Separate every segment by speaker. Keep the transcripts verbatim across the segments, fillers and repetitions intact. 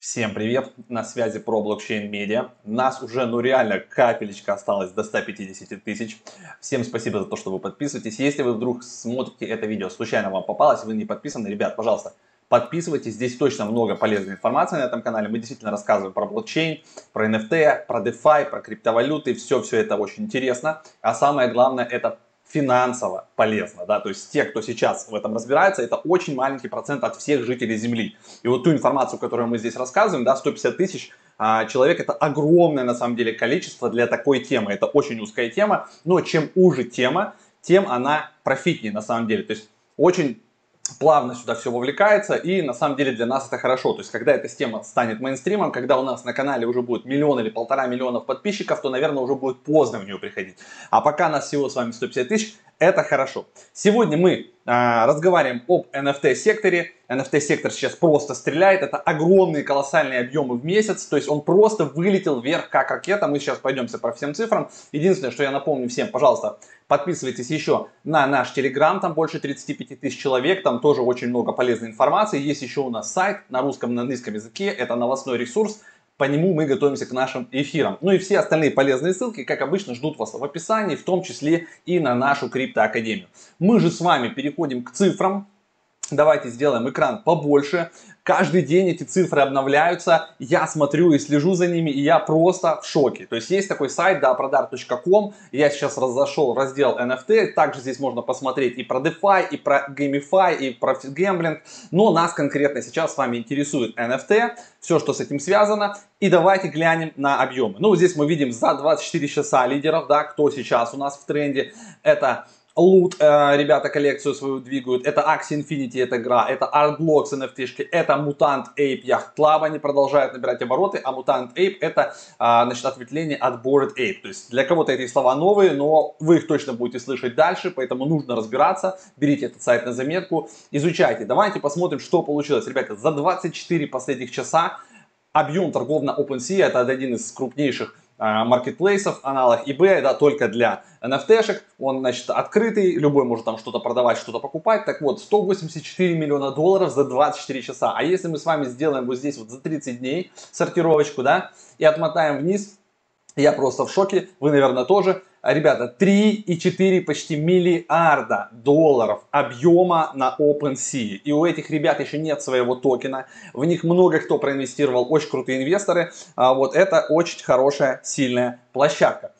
Speaker 1: Всем привет! На связи про блокчейн медиа. Нас уже, ну реально, капелечка осталось до ста пятидесяти тысяч. Всем спасибо за то, что вы подписываетесь. Если вы вдруг смотрите это видео, случайно вам попалось, вы не подписаны, ребят, пожалуйста, подписывайтесь. Здесь точно много полезной информации на этом канале. Мы действительно рассказываем про блокчейн, про эн эф ти, про DeFi, про криптовалюты. Все, все это очень интересно. А самое главное, это финансово полезно, да, то есть те, кто сейчас в этом разбирается, это очень маленький процент от всех жителей Земли. И вот ту информацию, которую мы здесь рассказываем, да, сто пятьдесят тысяч а, человек, это огромное на самом деле количество для такой темы, это очень узкая тема, но чем уже тема, тем она профитнее на самом деле, то есть очень плавно сюда все вовлекается, и на самом деле для нас это хорошо. То есть, когда эта тема станет мейнстримом, когда у нас на канале уже будет миллион или полтора миллионов подписчиков, то, наверное, уже будет поздно в нее приходить. А пока нас всего с вами сто пятьдесят тысяч, это хорошо. Сегодня мы а, разговариваем об эн эф ти-секторе. эн эф ти-сектор сейчас просто стреляет. Это огромные колоссальные объемы в месяц. То есть он просто вылетел вверх как ракета. Мы сейчас пойдемся по всем цифрам. Единственное, что я напомню всем, пожалуйста, подписывайтесь еще на наш телеграм. Там больше тридцати пяти тысяч человек. Там тоже очень много полезной информации. Есть еще у нас сайт на русском и на английском языке. Это новостной ресурс. По нему мы готовимся к нашим эфирам. Ну и все остальные полезные ссылки, как обычно, ждут вас в описании, в том числе и на нашу криптоакадемию. Мы же с вами переходим к цифрам. Давайте сделаем экран побольше. Каждый день эти цифры обновляются. Я смотрю и слежу за ними, и я просто в шоке. То есть есть такой сайт daproдар точка ком. Я сейчас разошел в раздел эн эф ти. Также здесь можно посмотреть и про DeFi, и про Gamify, и про гэмблинг. Но нас конкретно сейчас с вами интересует эн эф ти. Все, что с этим связано. И давайте глянем на объемы. Ну, здесь мы видим за двадцать четыре часа лидеров, да, кто сейчас у нас в тренде. Это Loot, э, ребята, коллекцию свою двигают. Это Axie Infinity, это игра. Это Artblocks эн эф ти-шки. Это Mutant Ape Yacht Club. Они продолжают набирать обороты. А Mutant Ape это, э, значит, ответвление от Bored Ape. То есть для кого-то эти слова новые, но вы их точно будете слышать дальше. Поэтому нужно разбираться. Берите этот сайт на заметку. Изучайте. Давайте посмотрим, что получилось. Ребята, за двадцать четыре последних часа объем торгов на OpenSea, это один из крупнейших маркетплейсов, аналог eBay, да, только для эн эф ти-шек. Он, значит, открытый, любой может там что-то продавать, что-то покупать. Так вот, сто восемьдесят четыре миллиона долларов за двадцать четыре часа. А если мы с вами сделаем вот здесь вот за тридцать дней сортировочку, да, и отмотаем вниз, я просто в шоке, вы, наверное, тоже. Ребята, три и четыре почти миллиарда долларов объема на OpenSea. И у этих ребят еще нет своего токена. В них много кто проинвестировал, очень крутые инвесторы. А вот это очень хорошая, сильная площадка.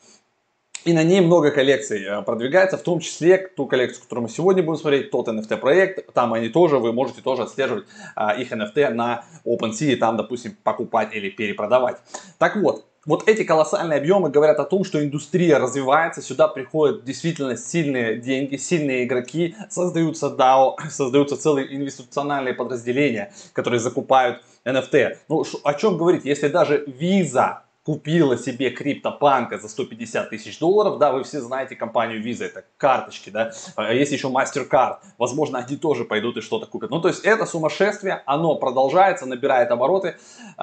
Speaker 1: И на ней много коллекций продвигается, в том числе ту коллекцию, которую мы сегодня будем смотреть, тот эн эф ти-проект. Там они тоже, вы можете тоже отслеживать а, их эн эф ти на OpenSea, там, допустим, покупать или перепродавать. Так вот. Вот эти колоссальные объемы говорят о том, что индустрия развивается, сюда приходят действительно сильные деньги, сильные игроки, создаются дао, создаются целые инвестиционные подразделения, которые закупают эн эф ти. Ну, о чем говорить, если даже Visa купила себе криптопанка за сто пятьдесят тысяч долларов, да, вы все знаете компанию Visa, это карточки, да, есть еще MasterCard, возможно, они тоже пойдут и что-то купят. Ну, то есть это сумасшествие, оно продолжается, набирает обороты.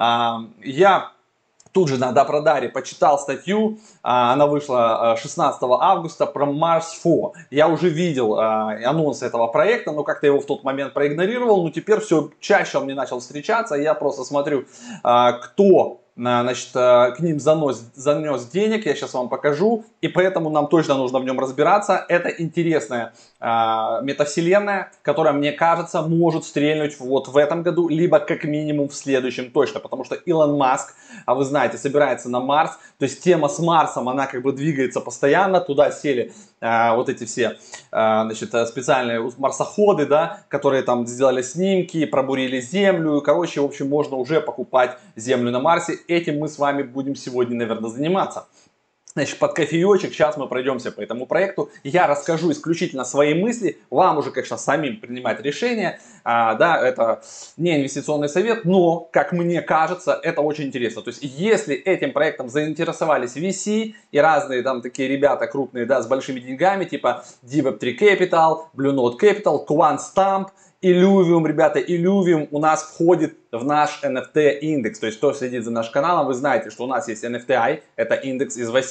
Speaker 1: Я тут же на Daprodar'е почитал статью, она вышла шестнадцатого августа, про Mars фор. Я уже видел анонс этого проекта, но как-то его в тот момент проигнорировал, но теперь все чаще он мне начал встречаться, я просто смотрю, кто, значит, к ним занос, занес денег, я сейчас вам покажу, и поэтому нам точно нужно в нем разбираться. Это интересная э, метавселенная, которая, мне кажется, может стрельнуть вот в этом году, либо как минимум в следующем точно, потому что Илон Маск, а вы знаете, собирается на Марс, то есть тема с Марсом, она как бы двигается постоянно, туда сели э, вот эти все э, значит, специальные марсоходы, да, которые там сделали снимки, пробурили Землю, короче, в общем, можно уже покупать Землю на Марсе. Этим мы с вами будем сегодня, наверное, заниматься. Значит, под кофеечек сейчас мы пройдемся по этому проекту. Я расскажу исключительно свои мысли. Вам уже, конечно, самим принимать решения. А, да, это не инвестиционный совет, но, как мне кажется, это очень интересно. То есть, если этим проектом заинтересовались ви си и разные там такие ребята крупные, да, с большими деньгами, типа ди веб три Capital, Blue Note Capital, QuantStamp, Illuvium, ребята, Illuvium у нас входит в наш эн эф ти индекс. То есть, кто следит за нашим каналом, вы знаете, что у нас есть эн эф ти ай, это индекс из восьми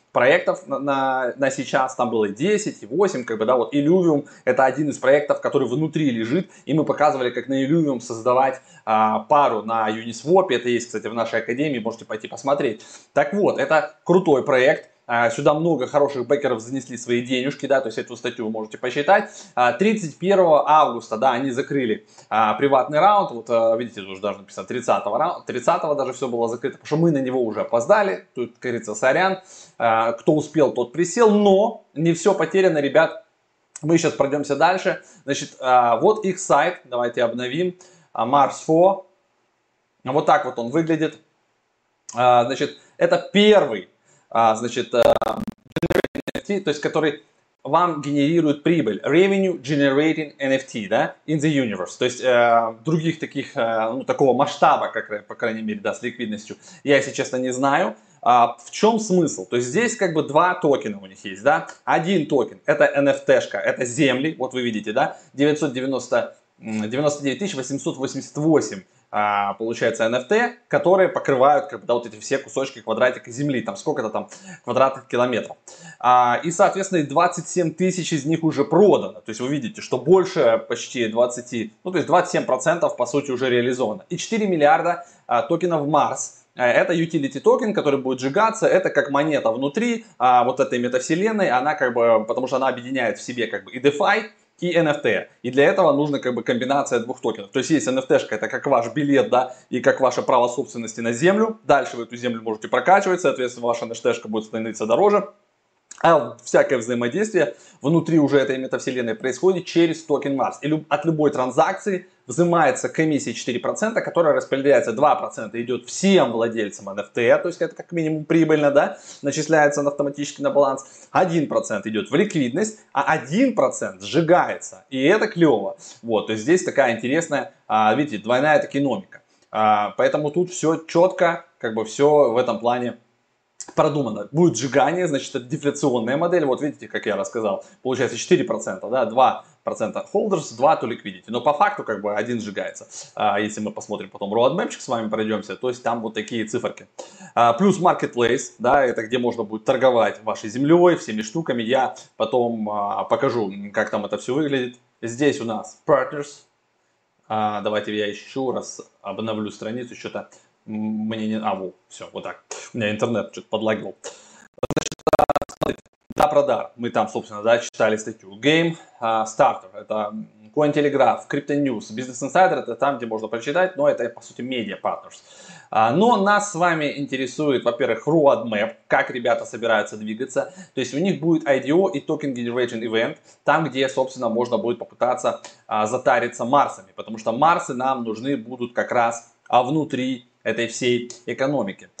Speaker 1: проектов на, на, на сейчас, там было и десять, и восемь, как бы, да, вот Illuvium это один из проектов, который внутри лежит, и мы показывали, как на Illuvium создавать а, пару на Uniswap, это есть, кстати, в нашей академии, можете пойти посмотреть. Так вот, это крутой проект. Сюда много хороших бэкеров занесли свои денежки, да, то есть эту статью вы можете посчитать. тридцать первого августа, да, они закрыли а, приватный раунд, вот видите, тут уже даже написано тридцатого, раунда, тридцатого даже все было закрыто, потому что мы на него уже опоздали, тут, как говорится, сорян, а, кто успел, тот присел, но не все потеряно, ребят, мы сейчас пройдемся дальше, значит, а, вот их сайт, давайте обновим, а, Mars фор, вот так вот он выглядит, а, значит, это первый, а, значит, эн эф ти, то есть который вам генерирует прибыль. Revenue Generating эн эф ти, да, in the universe. То есть э, других таких, э, ну, такого масштаба, как, по крайней мере, да, с ликвидностью, я, если честно, не знаю. А, в чем смысл? То есть здесь как бы два токена у них есть, да. Один токен это эн эф ти-шка, это земли, вот вы видите, да, девятьсот девяносто девять тысяч восемьсот восемьдесят восемь. А, получается эн эф ти, которые покрывают как бы, да, вот эти все кусочки квадратика земли, там сколько-то там квадратных километров. А, и, соответственно, двадцать семь тысяч из них уже продано. То есть вы видите, что больше почти двадцать, ну то есть двадцать семь процентов по сути уже реализовано. И четыре миллиарда а, токенов Mars. Это utility токен, который будет сжигаться, это как монета внутри а, вот этой метавселенной, она как бы, потому что она объединяет в себе как бы и DeFi, и эн эф ти. И для этого нужна как бы комбинация двух токенов. То есть есть эн эф ти-шка, это как ваш билет, да, и как ваше право собственности на землю. Дальше вы эту землю можете прокачивать, соответственно, ваша эн эф ти-шка будет становиться дороже. А всякое взаимодействие внутри уже этой метавселенной происходит через токен Mars. И от любой транзакции взимается комиссия четыре процента, которая распределяется, два процента идет всем владельцам эн эф ти, то есть это как минимум прибыльно, да, начисляется автоматически на баланс. один процент идет в ликвидность, а один процент сжигается. И это клево. Вот, то есть здесь такая интересная, видите, двойная токеномика. Поэтому тут все четко, как бы все в этом плане продумано. Будет сжигание, значит, это дефляционная модель. Вот видите, как я рассказал, получается четыре процента, да, два процента holders, два то liquidity. Но по факту как бы один сжигается. А, если мы посмотрим потом roadmapчик с вами пройдемся, то есть там вот такие циферки. А, плюс marketplace, да, это где можно будет торговать вашей землей, всеми штуками. Я потом а, покажу, как там это все выглядит. Здесь у нас partners. А, давайте я еще раз обновлю страницу, что-то мне не... А, вот, все, вот так. У меня интернет что-то подлагивал. Значит, смотрите, да, продар. Мы там, собственно, да, читали статью. Game uh, Starter. Это Cointelegraph, Crypto News, Business Insider. Это там, где можно прочитать, но это, по сути, Media Partners. Uh, но нас с вами интересует, во-первых, roadmap, как ребята собираются двигаться. То есть у них будет ай ди о и Token Generation Event, там, где, собственно, можно будет попытаться uh, затариться Марсами. Потому что Марсы нам нужны будут как раз а внутри этой всей экономики.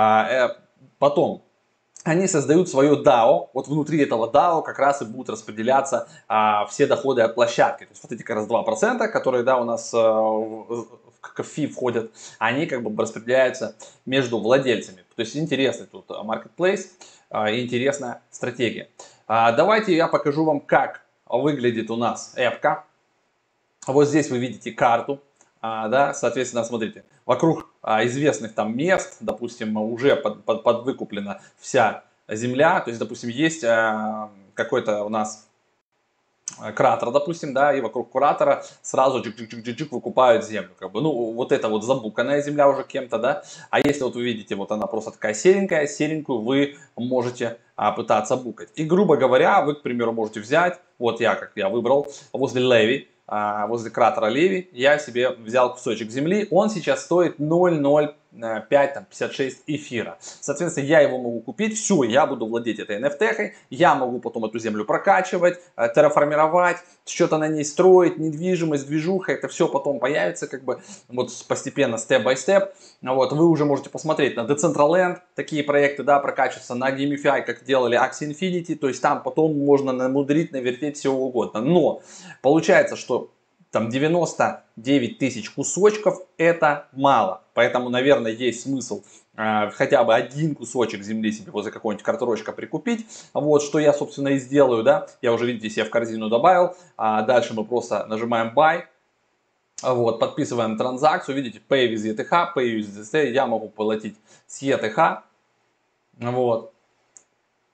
Speaker 1: Потом они создают свое дао, вот внутри этого дао как раз и будут распределяться а, все доходы от площадки. То есть вот эти как раз два процента, которые, да, у нас а, в КФИ входят, они как бы распределяются между владельцами. То есть интересный тут marketplace, а, интересная стратегия. А, давайте я покажу вам, как выглядит у нас эпка. Вот здесь вы видите карту. А, да, соответственно, смотрите, вокруг а, известных там мест, допустим, уже под, под, подвыкуплена вся земля, то есть, допустим, есть а, какой-то у нас кратер, допустим, да, и вокруг кратера сразу джик-джик-джик-джик выкупают землю, как бы, ну, вот это вот забуканная земля уже кем-то, да, а если вот вы видите, вот она просто такая серенькая, серенькую вы можете а, пытаться букать. И, грубо говоря, вы, к примеру, можете взять, вот я, как я выбрал, возле Леви, возле кратера Леви, я себе взял кусочек земли, он сейчас стоит ноль целых ноль пять пятьдесят шесть эфира. Соответственно, я его могу купить, все, я буду владеть этой эн эф ти-хой, я могу потом эту землю прокачивать, терраформировать, что-то на ней строить, недвижимость, движуха, это все потом появится, как бы, вот постепенно, степ-бай-степ. Вот, вы уже можете посмотреть на Decentraland, такие проекты, да, прокачиваться, на Gamify, как делали Axie Infinity, то есть там потом можно намудрить, навертеть все угодно. Но получается, что там девяносто девять тысяч кусочков это мало. Поэтому, наверное, есть смысл э, хотя бы один кусочек земли себе возле какого-нибудь картрочка прикупить. Вот, что я, собственно, и сделаю, да. Я уже, видите, себе в корзину добавил. А дальше мы просто нажимаем Buy. Вот, подписываем транзакцию. Видите, Pay with и ти эйч, Pay with ди эс ти. Я могу платить с и ти эйч. Вот.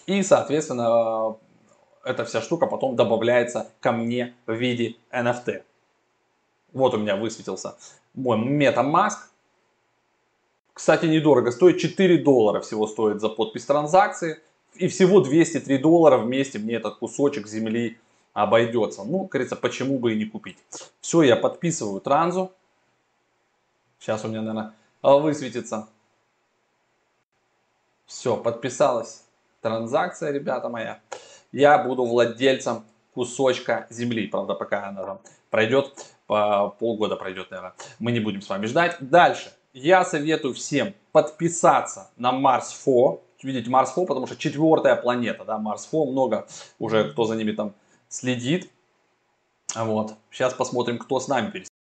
Speaker 1: И, соответственно, эта вся штука потом добавляется ко мне в виде эн эф ти. Вот у меня высветился мой MetaMask. Кстати, недорого стоит, четыре доллара всего стоит за подпись транзакции. И всего двести три доллара вместе мне этот кусочек земли обойдется. Ну, как говорится, почему бы и не купить. Все, я подписываю транзу. Сейчас у меня, наверное, высветится. Все, подписалась транзакция, ребята моя. Я буду владельцем кусочка земли. Правда, пока она там пройдет, по полгода пройдет, наверное. Мы не будем с вами ждать. Дальше. Я советую всем подписаться на Mars фо. Видите, Mars фо, потому что четвертая планета, да, Mars фо. Много уже кто за ними там следит. Вот. Сейчас посмотрим, кто с нами пересекается.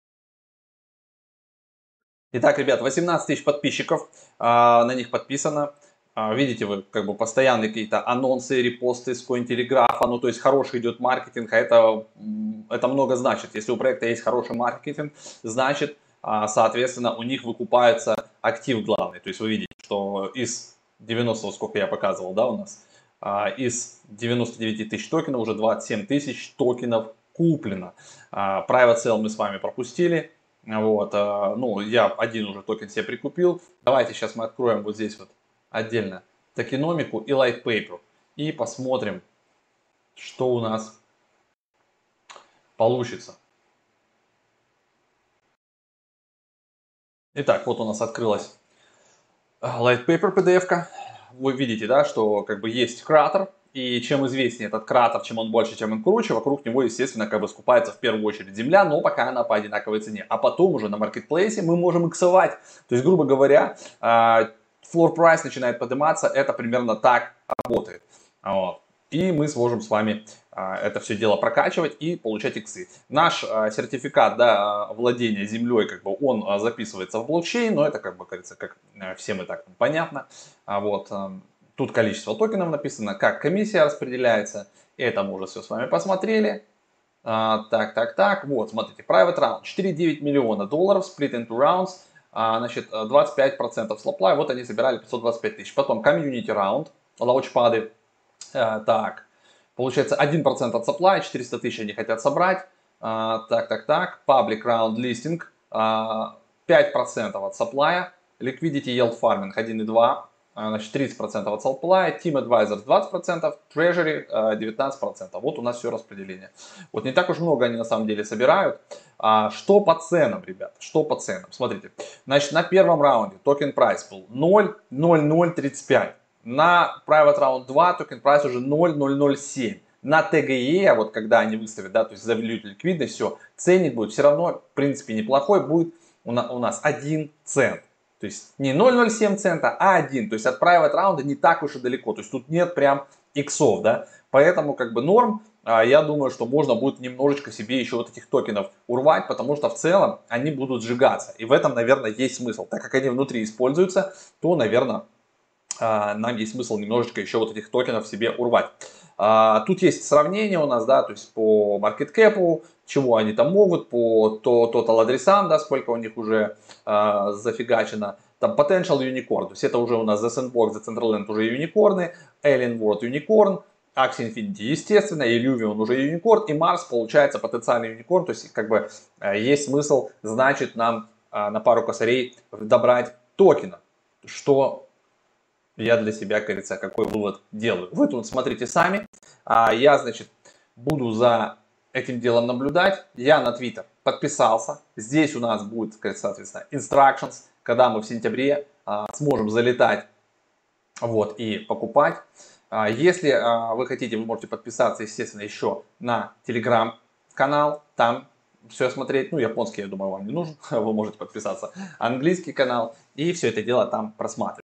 Speaker 1: Итак, ребят, восемнадцать тысяч подписчиков, а, на них подписано. А, видите, вы как бы постоянные какие-то анонсы, репосты с Cointelegraph, ну то есть хороший идет маркетинг, а это, это много значит. Если у проекта есть хороший маркетинг, значит, а, соответственно, у них выкупается актив главный. То есть вы видите, что из девяноста, сколько я показывал, да, у нас, а, из девяноста девяти тысяч токенов уже двадцать семь тысяч токенов куплено. А, Private Sale мы с вами пропустили. Вот, ну, я один уже токен себе прикупил. Давайте сейчас мы откроем вот здесь вот отдельно токеномику и Light Paper. И посмотрим, что у нас получится. Итак, вот у нас открылась Light Paper пи ди эф-ка. Вы видите, да, что как бы есть кратер. И чем известнее этот кратер, чем он больше, чем он круче, вокруг него, естественно, как бы скупается в первую очередь земля, но пока она по одинаковой цене. А потом уже на маркетплейсе мы можем иксовать. То есть, грубо говоря, floor price начинает подниматься, это примерно так работает. Вот. И мы сможем с вами это все дело прокачивать и получать иксы. Наш сертификат, да, владения землей, как бы он записывается в блокчейн, но это, как бы, кажется, как всем и так понятно. Вот. Тут количество токенов написано, как комиссия распределяется. Это мы уже все с вами посмотрели. А, так, так, так. Вот, смотрите, private round. четыре целых девять миллиона долларов, split into rounds. А, значит, двадцать пять процентов слоплай. Вот они собирали пятьсот двадцать пять тысяч. Потом community round, лаунчпады. А, так, получается один процент от supply, четыреста тысяч они хотят собрать. А, так, так, так. Public round listing. А, пять процентов от supply. Liquidity yield farming один и два. Значит, тридцать процентов от Supply, Team Advisors двадцать процентов, Treasury девятнадцать процентов. Вот у нас все распределение. Вот не так уж много они на самом деле собирают. А, что по ценам, ребята? Что по ценам? Смотрите. Значит, на первом раунде токен прайс был ноль целых ноль ноль тридцать пять. На Private Round два токен прайс уже ноль целых ноль ноль семь. На ти джи и, вот когда они выставят, да, то есть завалют ликвидность, все, ценник будет все равно, в принципе, неплохой, будет у нас один цент. То есть не ноль целых ноль семь цента, а один. То есть от private раунда не так уж и далеко. То есть тут нет прям иксов, да. Поэтому как бы норм. Я думаю, что можно будет немножечко себе еще вот этих токенов урвать, потому что в целом они будут сжигаться. И в этом, наверное, есть смысл. Так как они внутри используются, то, наверное, нам есть смысл немножечко еще вот этих токенов себе урвать. Тут есть сравнение у нас, да, то есть по market cap, чего они там могут, по total адресам, да, сколько у них уже э, зафигачено. Там potential unicorn, то есть это уже у нас The Sandbox, The Decentraland уже юникорны, Alien World unicorn, Axie Infinity естественно, Illuvion уже юникорн, и Mars получается потенциальный юникорн, то есть как бы э, есть смысл, значит, нам э, на пару косарей добрать токена, что я для себя, как говорится, какой вывод делаю. Вы тут смотрите сами, а я, значит, буду за этим делом наблюдать. Я на Twitter подписался. Здесь у нас будет, соответственно, instructions, когда мы в сентябре а, сможем залетать вот, и покупать. А, если а, вы хотите, вы можете подписаться, естественно, еще на Telegram канал. Там все смотреть. Ну, японский, я думаю, вам не нужен. Вы можете подписаться. Английский канал. И все это дело там просматривать.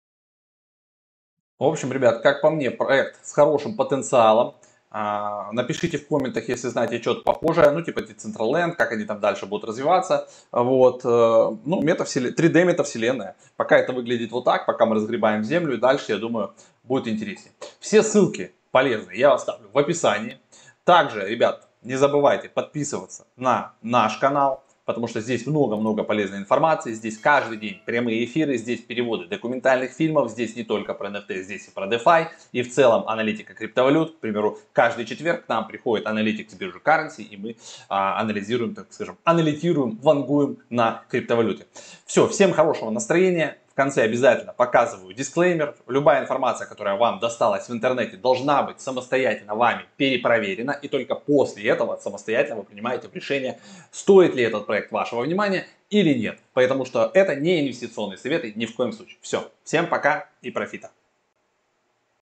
Speaker 1: В общем, ребят, как по мне, проект с хорошим потенциалом. А, напишите в комментах, если знаете что-то похожее, ну типа Decentraland, как они там дальше будут развиваться. Вот, э, ну, метавселен... три дэ метавселенная. Пока это выглядит вот так, пока мы разгребаем землю, и дальше, я думаю, будет интереснее. Все ссылки полезные я оставлю в описании. Также, ребят, не забывайте подписываться на наш канал. потому что здесь много-много полезной информации, здесь каждый день прямые эфиры, здесь переводы документальных фильмов, здесь не только про эн эф ти, здесь и про DeFi, и в целом аналитика криптовалют. К примеру, каждый четверг к нам приходит аналитик с биржи Currency, и мы а, анализируем, так скажем, аналитируем, вангуем на криптовалюте. Все, всем хорошего настроения. В конце обязательно показываю дисклеймер. Любая информация, которая вам досталась в интернете, должна быть самостоятельно вами перепроверена. И только после этого самостоятельно вы принимаете решение, стоит ли этот проект вашего внимания или нет. Потому что это не инвестиционные советы ни в коем случае. Все. Всем пока и профита.